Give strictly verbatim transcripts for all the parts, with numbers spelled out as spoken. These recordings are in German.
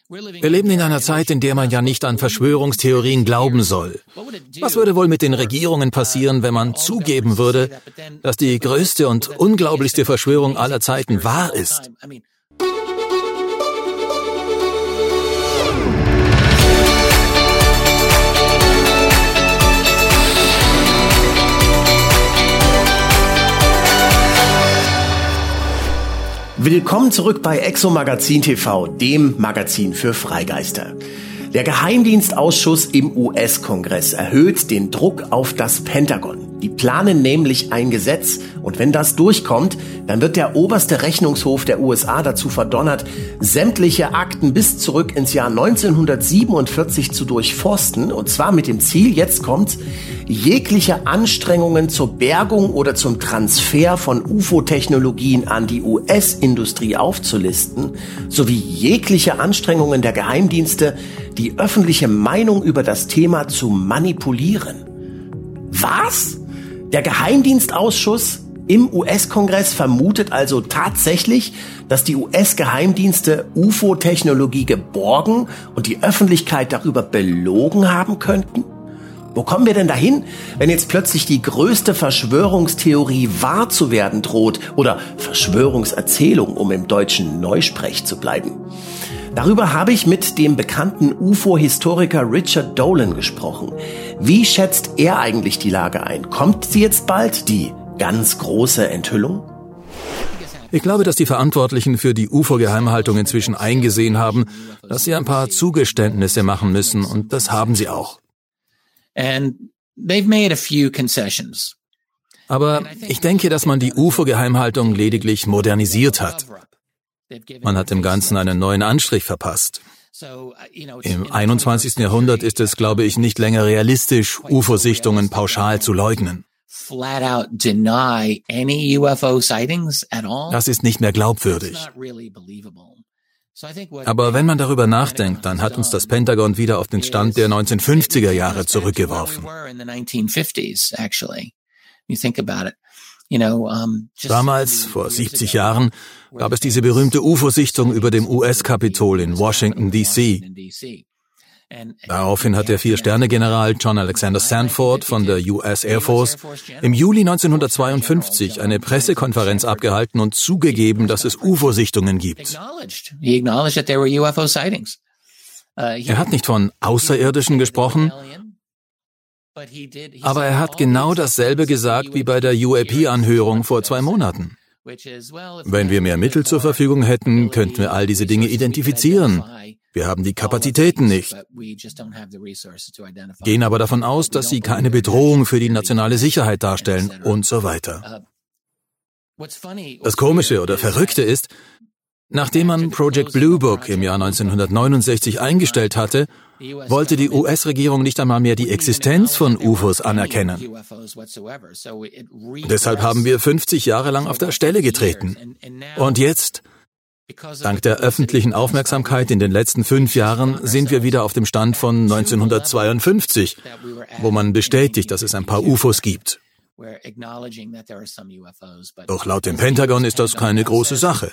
Wir leben in einer Zeit, in der man ja nicht an Verschwörungstheorien glauben soll. Was würde wohl mit den Regierungen passieren, wenn man zugeben würde, dass die größte und unglaublichste Verschwörung aller Zeiten wahr ist? Willkommen zurück bei Exo Magazin T V, dem Magazin für Freigeister. Der Geheimdienstausschuss im U S-Kongress erhöht den Druck auf das Pentagon. Die planen nämlich ein Gesetz und wenn das durchkommt, dann wird der oberste Rechnungshof der U S A dazu verdonnert, sämtliche Akten bis zurück ins Jahr neunzehnhundertsiebenundvierzig zu durchforsten und zwar mit dem Ziel, jetzt kommt's, jegliche Anstrengungen zur Bergung oder zum Transfer von U F O-Technologien an die U S-Industrie aufzulisten, sowie jegliche Anstrengungen der Geheimdienste, die öffentliche Meinung über das Thema zu manipulieren. Was? Der Geheimdienstausschuss im U S-Kongress vermutet also tatsächlich, dass die U S-Geheimdienste U F O-Technologie geborgen und die Öffentlichkeit darüber belogen haben könnten? Wo kommen wir denn dahin, wenn jetzt plötzlich die größte Verschwörungstheorie wahr zu werden droht oder Verschwörungserzählung, um im deutschen Neusprech zu bleiben? Darüber habe ich mit dem bekannten U F O-Historiker Richard Dolan gesprochen. Wie schätzt er eigentlich die Lage ein? Kommt sie jetzt bald, die ganz große Enthüllung? Ich glaube, dass die Verantwortlichen für die U F O-Geheimhaltung inzwischen eingesehen haben, dass sie ein paar Zugeständnisse machen müssen, und das haben sie auch. Aber ich denke, dass man die U F O-Geheimhaltung lediglich modernisiert hat. Man hat dem Ganzen einen neuen Anstrich verpasst. Im einundzwanzigsten Jahrhundert ist es, glaube ich, nicht länger realistisch, U F O-Sichtungen pauschal zu leugnen. Das ist nicht mehr glaubwürdig. Aber wenn man darüber nachdenkt, dann hat uns das Pentagon wieder auf den Stand der neunzehnhundertfünfziger Jahre zurückgeworfen. Damals, vor siebzig Jahren, gab es diese berühmte U F O-Sichtung über dem U S-Kapitol in Washington, D C Daraufhin hat der Vier-Sterne-General John Alexander Sanford von der U S Air Force im Juli neunzehnhundertzweiundfünfzig eine Pressekonferenz abgehalten und zugegeben, dass es U F O-Sichtungen gibt. Er hat nicht von Außerirdischen gesprochen, aber er hat genau dasselbe gesagt wie bei der U A P-Anhörung vor zwei Monaten. Wenn wir mehr Mittel zur Verfügung hätten, könnten wir all diese Dinge identifizieren. Wir haben die Kapazitäten nicht. Gehen aber davon aus, dass sie keine Bedrohung für die nationale Sicherheit darstellen und so weiter. Das Komische oder Verrückte ist, nachdem man Project Blue Book im Jahr neunzehnhundertneunundsechzig eingestellt hatte, wollte die U S-Regierung nicht einmal mehr die Existenz von U F Os anerkennen. Deshalb haben wir fünfzig Jahre lang auf der Stelle getreten. Und jetzt, dank der öffentlichen Aufmerksamkeit in den letzten fünf Jahren, sind wir wieder auf dem Stand von neunzehnhundertzweiundfünfzig, wo man bestätigt, dass es ein paar U F Os gibt. Doch laut dem Pentagon ist das keine große Sache.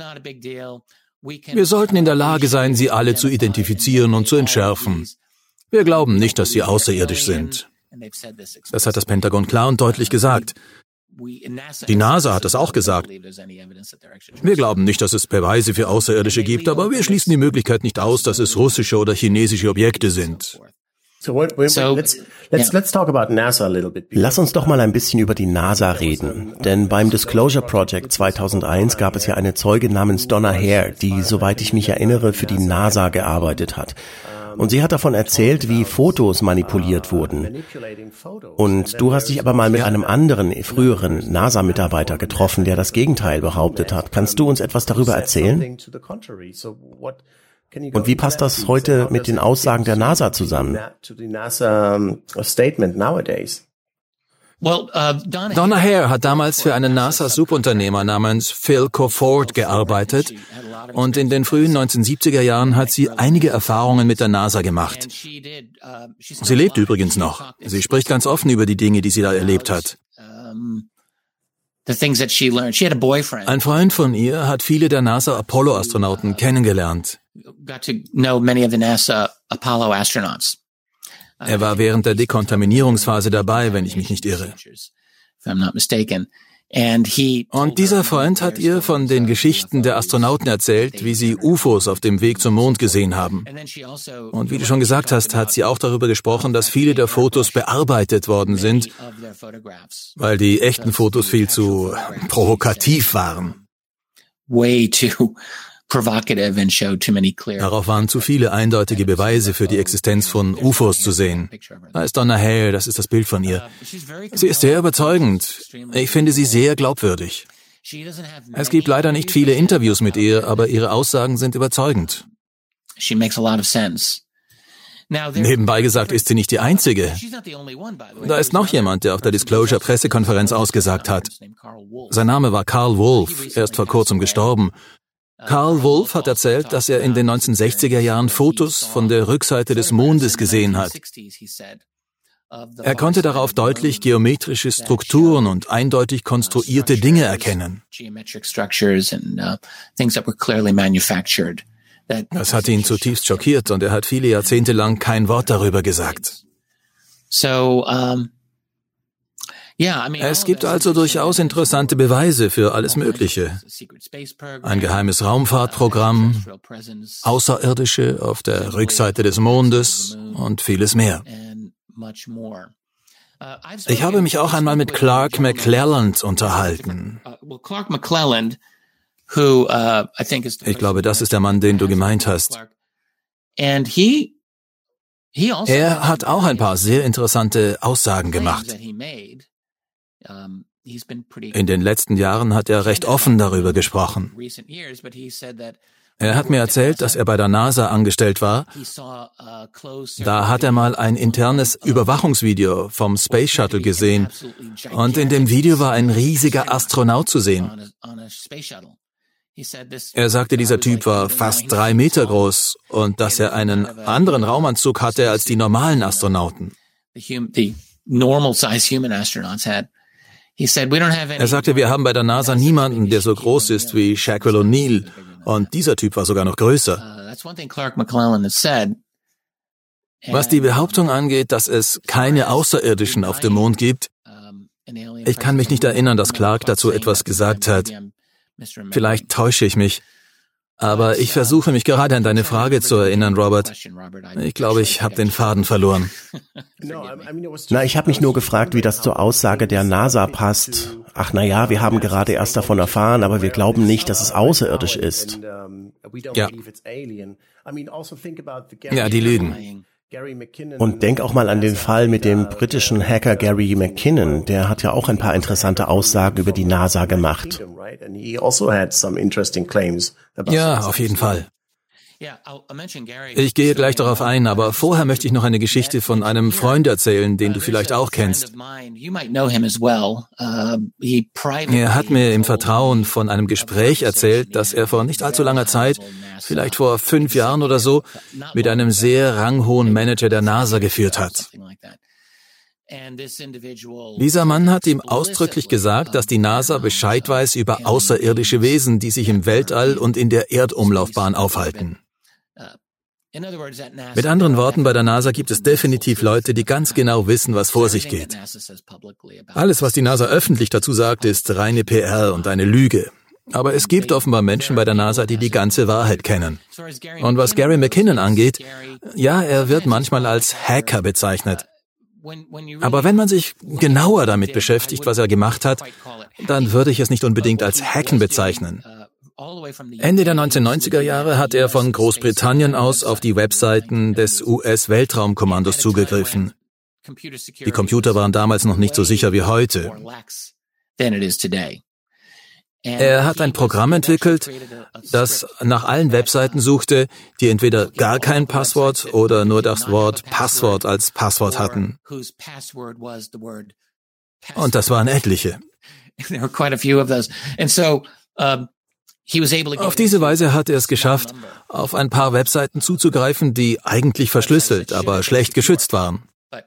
Wir sollten in der Lage sein, sie alle zu identifizieren und zu entschärfen. Wir glauben nicht, dass sie außerirdisch sind. Das hat das Pentagon klar und deutlich gesagt. Die NASA hat es auch gesagt. Wir glauben nicht, dass es Beweise für Außerirdische gibt, aber wir schließen die Möglichkeit nicht aus, dass es russische oder chinesische Objekte sind. So, let's, let's, let's talk about NASA a little bit. Lass uns doch mal ein bisschen über die NASA reden. Denn beim Disclosure Project zweitausendeins gab es ja eine Zeugin namens Donna Hare, die, soweit ich mich erinnere, für die NASA gearbeitet hat. Und sie hat davon erzählt, wie Fotos manipuliert wurden. Und du hast dich aber mal mit einem anderen, früheren NASA-Mitarbeiter getroffen, der das Gegenteil behauptet hat. Kannst du uns etwas darüber erzählen? Und wie passt das heute mit den Aussagen der NASA zusammen? Donna Hare hat damals für einen NASA-Subunternehmer namens Phil Coford gearbeitet und in den frühen neunzehnhundertsiebziger Jahren hat sie einige Erfahrungen mit der NASA gemacht. Sie lebt übrigens noch. Sie spricht ganz offen über die Dinge, die sie da erlebt hat. Ein Freund von ihr hat viele der NASA-Apollo-Astronauten kennengelernt. got to know many of the NASA Apollo astronauts. Er war während der Dekontaminierungsphase dabei, wenn ich mich nicht irre. If I'm not mistaken. Und dieser Freund hat ihr von den Geschichten der Astronauten erzählt, wie sie U F Os auf dem Weg zum Mond gesehen haben. Und wie du schon gesagt hast, hat sie auch darüber gesprochen, dass viele der Fotos bearbeitet worden sind, weil die echten Fotos viel zu provokativ waren. Way too provocative and showed too many clear. Darauf waren zu viele eindeutige Beweise für die Existenz von U F Os zu sehen. Da ist Donna Hale, das ist das Bild von ihr. Sie ist sehr überzeugend. Ich finde sie sehr glaubwürdig. Es gibt leider nicht viele Interviews mit ihr, aber ihre Aussagen sind überzeugend. She makes a lot of sense. Nebenbei gesagt ist sie nicht die Einzige. Da ist noch jemand, der auf der Disclosure-Pressekonferenz ausgesagt hat. Sein Name war Carl Wolf, er ist vor kurzem gestorben. Carl Wolf hat erzählt, dass er in den neunzehnhundertsechziger Jahren Fotos von der Rückseite des Mondes gesehen hat. Er konnte darauf deutlich geometrische Strukturen und eindeutig konstruierte Dinge erkennen. Das hat ihn zutiefst schockiert und er hat viele Jahrzehnte lang kein Wort darüber gesagt. So, um Es gibt also durchaus interessante Beweise für alles Mögliche. Ein geheimes Raumfahrtprogramm, Außerirdische auf der Rückseite des Mondes und vieles mehr. Ich habe mich auch einmal mit Clark McClelland unterhalten. Ich glaube, das ist der Mann, den du gemeint hast. Er hat auch ein paar sehr interessante Aussagen gemacht. In den letzten Jahren hat er recht offen darüber gesprochen. Er hat mir erzählt, dass er bei der NASA angestellt war. Da hat er mal ein internes Überwachungsvideo vom Space Shuttle gesehen. Und in dem Video war ein riesiger Astronaut zu sehen. Er sagte, dieser Typ war fast drei Meter groß und dass er einen anderen Raumanzug hatte als die normalen Astronauten. Er sagte, wir haben bei der NASA niemanden, der so groß ist wie Shaquille O'Neal. Und dieser Typ war sogar noch größer. Was die Behauptung angeht, dass es keine Außerirdischen auf dem Mond gibt, ich kann mich nicht erinnern, dass Clark dazu etwas gesagt hat. Vielleicht täusche ich mich. Aber ich versuche mich gerade an deine Frage zu erinnern, Robert. Ich glaube, ich habe den Faden verloren. Na, ich habe mich nur gefragt, wie das zur Aussage der NASA passt. Ach na ja, wir haben gerade erst davon erfahren, aber wir glauben nicht, dass es außerirdisch ist. Ja. Ja, die lügen. Und denk auch mal an den Fall mit dem britischen Hacker Gary McKinnon. Der hat ja auch ein paar interessante Aussagen über die NASA gemacht. Ja, auf jeden Fall. Ich gehe gleich darauf ein, aber vorher möchte ich noch eine Geschichte von einem Freund erzählen, den du vielleicht auch kennst. Er hat mir im Vertrauen von einem Gespräch erzählt, das er vor nicht allzu langer Zeit, vielleicht vor fünf Jahren oder so, mit einem sehr ranghohen Manager der NASA geführt hat. Dieser Mann hat ihm ausdrücklich gesagt, dass die NASA Bescheid weiß über außerirdische Wesen, die sich im Weltall und in der Erdumlaufbahn aufhalten. Mit anderen Worten, bei der NASA gibt es definitiv Leute, die ganz genau wissen, was vor sich geht. Alles, was die NASA öffentlich dazu sagt, ist reine P R und eine Lüge. Aber es gibt offenbar Menschen bei der NASA, die die ganze Wahrheit kennen. Und was Gary McKinnon angeht, ja, er wird manchmal als Hacker bezeichnet. Aber wenn man sich genauer damit beschäftigt, was er gemacht hat, dann würde ich es nicht unbedingt als Hacken bezeichnen. Ende der neunzehnhundertneunziger Jahre hat er von Großbritannien aus auf die Webseiten des U S-Weltraumkommandos zugegriffen. Die Computer waren damals noch nicht so sicher wie heute. Er hat ein Programm entwickelt, das nach allen Webseiten suchte, die entweder gar kein Passwort oder nur das Wort Passwort als Passwort hatten. Und das waren etliche. Auf diese Weise hat er es geschafft, auf ein paar Webseiten zuzugreifen, die eigentlich verschlüsselt, aber schlecht geschützt waren.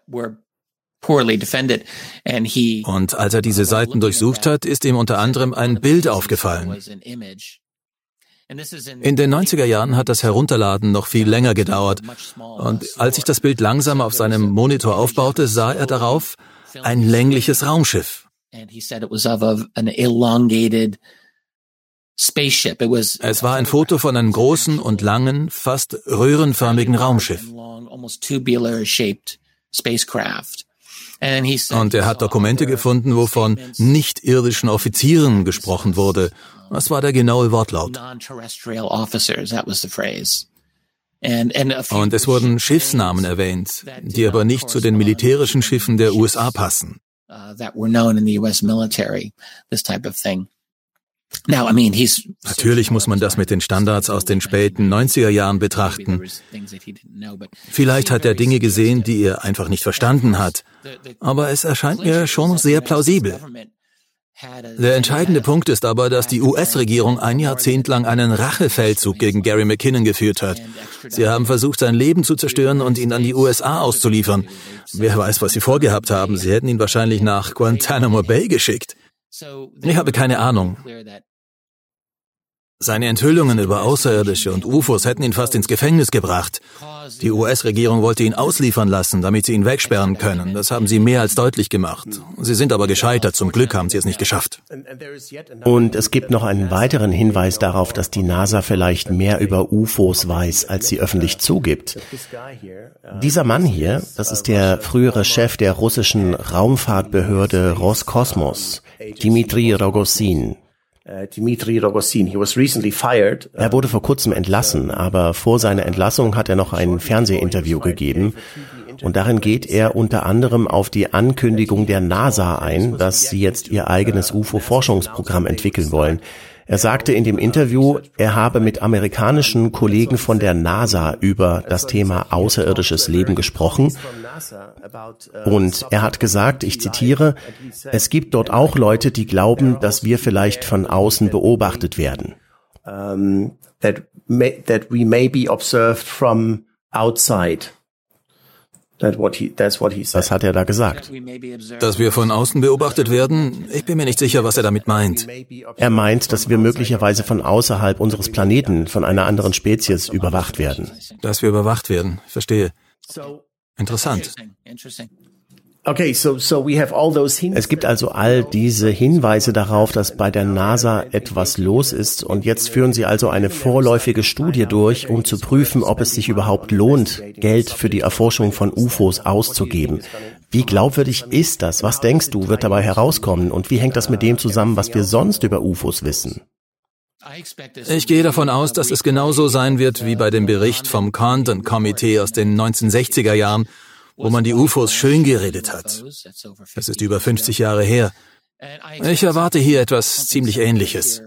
Und als er diese Seiten durchsucht hat, ist ihm unter anderem ein Bild aufgefallen. In den neunziger Jahren hat das Herunterladen noch viel länger gedauert. Und als sich das Bild langsam auf seinem Monitor aufbaute, sah er darauf ein längliches Raumschiff. Es war ein Foto von einem großen und langen, fast röhrenförmigen Raumschiff. Und er hat Dokumente gefunden, wovon nicht-irdischen Offizieren gesprochen wurde. Das war der genaue Wortlaut. Und es wurden Schiffsnamen erwähnt, die aber nicht zu den militärischen Schiffen der U S A passen. Natürlich muss man das mit den Standards aus den späten neunziger Jahren betrachten. Vielleicht hat er Dinge gesehen, die er einfach nicht verstanden hat. Aber es erscheint mir schon sehr plausibel. Der entscheidende Punkt ist aber, dass die U S-Regierung ein Jahrzehnt lang einen Rachefeldzug gegen Gary McKinnon geführt hat. Sie haben versucht, sein Leben zu zerstören und ihn an die U S A auszuliefern. Wer weiß, was sie vorgehabt haben. Sie hätten ihn wahrscheinlich nach Guantanamo Bay geschickt. Ich habe keine Ahnung. Seine Enthüllungen über Außerirdische und U F Os hätten ihn fast ins Gefängnis gebracht. Die U S-Regierung wollte ihn ausliefern lassen, damit sie ihn wegsperren können. Das haben sie mehr als deutlich gemacht. Sie sind aber gescheitert. Zum Glück haben sie es nicht geschafft. Und es gibt noch einen weiteren Hinweis darauf, dass die NASA vielleicht mehr über U F Os weiß, als sie öffentlich zugibt. Dieser Mann hier, das ist der frühere Chef der russischen Raumfahrtbehörde Roskosmos, Dmitri Rogozin. Dmitri Rogozin. He was recently fired. Er wurde vor kurzem entlassen, aber vor seiner Entlassung hat er noch ein Fernsehinterview gegeben. Und darin geht er unter anderem auf die Ankündigung der NASA ein, dass sie jetzt ihr eigenes U F O-Forschungsprogramm entwickeln wollen. Er sagte in dem Interview, er habe mit amerikanischen Kollegen von der NASA über das Thema außerirdisches Leben gesprochen. Und er hat gesagt, ich zitiere, es gibt dort auch Leute, die glauben, dass wir vielleicht von außen beobachtet werden. Um, that may, that we may be observed from outside. That what he, that's what he said. Was hat er da gesagt? Dass wir von außen beobachtet werden? Ich bin mir nicht sicher, was er damit meint. Er meint, dass wir möglicherweise von außerhalb unseres Planeten, von einer anderen Spezies überwacht werden. Dass wir überwacht werden, verstehe. Interessant. Okay, so, so we have all those hints. Es gibt also all diese Hinweise darauf, dass bei der NASA etwas los ist, und jetzt führen sie also eine vorläufige Studie durch, um zu prüfen, ob es sich überhaupt lohnt, Geld für die Erforschung von U F Os auszugeben. Wie glaubwürdig ist das? Was denkst du, wird dabei herauskommen, und wie hängt das mit dem zusammen, was wir sonst über U F Os wissen? Ich gehe davon aus, dass es genauso sein wird wie bei dem Bericht vom Condon-Komitee aus den neunzehnhundertsechziger Jahren, wo man die U F Os schön geredet hat. Es ist über fünfzig Jahre her. Ich erwarte hier etwas ziemlich Ähnliches.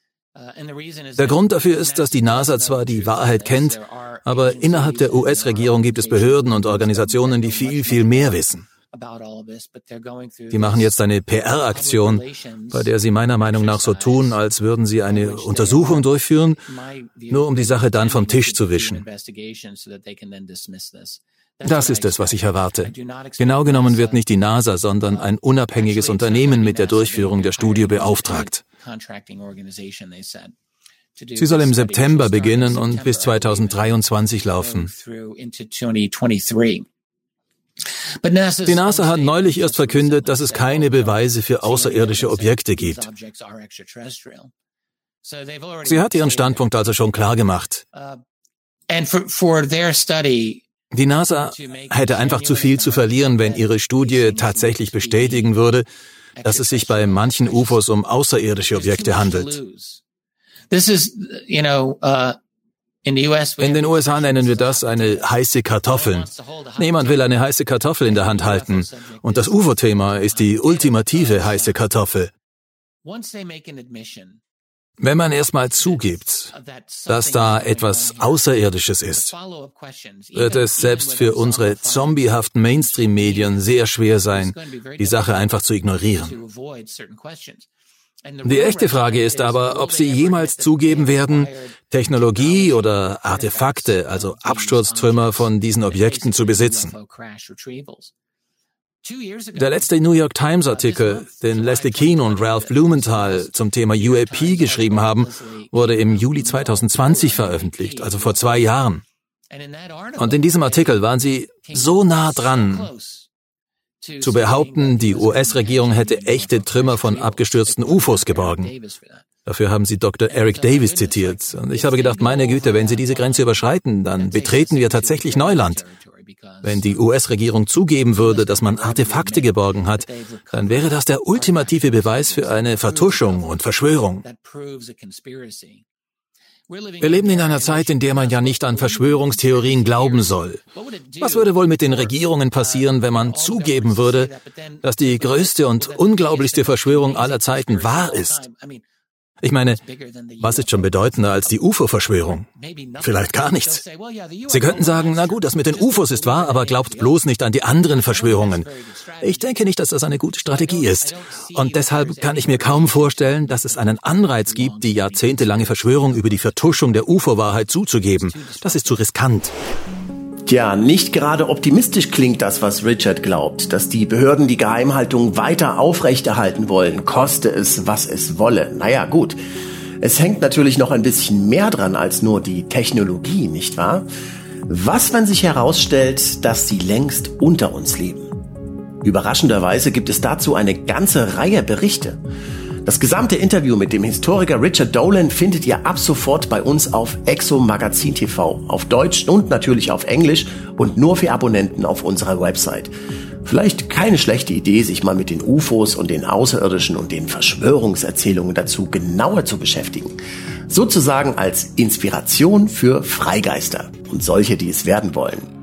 Der Grund dafür ist, dass die NASA zwar die Wahrheit kennt, aber innerhalb der U S-Regierung gibt es Behörden und Organisationen, die viel, viel mehr wissen. Die machen jetzt eine P R-Aktion, bei der sie meiner Meinung nach so tun, als würden sie eine Untersuchung durchführen, nur um die Sache dann vom Tisch zu wischen. Das ist es, was ich erwarte. Genau genommen wird nicht die NASA, sondern ein unabhängiges Unternehmen mit der Durchführung der Studie beauftragt. Sie soll im September beginnen und bis zweitausenddreiundzwanzig laufen. Die NASA hat neulich erst verkündet, dass es keine Beweise für außerirdische Objekte gibt. Sie hat ihren Standpunkt also schon klar gemacht. Die NASA hätte einfach zu viel zu verlieren, wenn ihre Studie tatsächlich bestätigen würde, dass es sich bei manchen U F Os um außerirdische Objekte handelt. In den U S A nennen wir das eine heiße Kartoffel. Niemand will eine heiße Kartoffel in der Hand halten. Und das U F O-Thema ist die ultimative heiße Kartoffel. Wenn man erstmal zugibt, dass da etwas Außerirdisches ist, wird es selbst für unsere zombiehaften Mainstream-Medien sehr schwer sein, die Sache einfach zu ignorieren. Die echte Frage ist aber, ob sie jemals zugeben werden, Technologie oder Artefakte, also Absturztrümmer von diesen Objekten zu besitzen. Der letzte New York Times Artikel, den Leslie Kean und Ralph Blumenthal zum Thema U A P geschrieben haben, wurde im Juli zweitausendzwanzig veröffentlicht, also vor zwei Jahren. Und in diesem Artikel waren sie so nah dran, zu behaupten, die U S-Regierung hätte echte Trümmer von abgestürzten U F Os geborgen. Dafür haben sie Doktor Eric Davis zitiert. Und ich habe gedacht, meine Güte, wenn sie diese Grenze überschreiten, dann betreten wir tatsächlich Neuland. Wenn die U S-Regierung zugeben würde, dass man Artefakte geborgen hat, dann wäre das der ultimative Beweis für eine Vertuschung und Verschwörung. Wir leben in einer Zeit, in der man ja nicht an Verschwörungstheorien glauben soll. Was würde wohl mit den Regierungen passieren, wenn man zugeben würde, dass die größte und unglaublichste Verschwörung aller Zeiten wahr ist? Ich meine, was ist schon bedeutender als die U F O-Verschwörung? Vielleicht gar nichts. Sie könnten sagen, na gut, das mit den U F Os ist wahr, aber glaubt bloß nicht an die anderen Verschwörungen. Ich denke nicht, dass das eine gute Strategie ist. Und deshalb kann ich mir kaum vorstellen, dass es einen Anreiz gibt, die jahrzehntelange Verschwörung über die Vertuschung der U F O-Wahrheit zuzugeben. Das ist zu riskant. Tja, nicht gerade optimistisch klingt das, was Richard glaubt, dass die Behörden die Geheimhaltung weiter aufrechterhalten wollen, koste es, was es wolle. Naja, gut. Es hängt natürlich noch ein bisschen mehr dran als nur die Technologie, nicht wahr? Was, wenn sich herausstellt, dass sie längst unter uns leben? Überraschenderweise gibt es dazu eine ganze Reihe Berichte. Das gesamte Interview mit dem Historiker Richard Dolan findet ihr ab sofort bei uns auf Exo Magazin T V, auf Deutsch und natürlich auf Englisch und nur für Abonnenten auf unserer Website. Vielleicht keine schlechte Idee, sich mal mit den U F Os und den Außerirdischen und den Verschwörungserzählungen dazu genauer zu beschäftigen. Sozusagen als Inspiration für Freigeister und solche, die es werden wollen.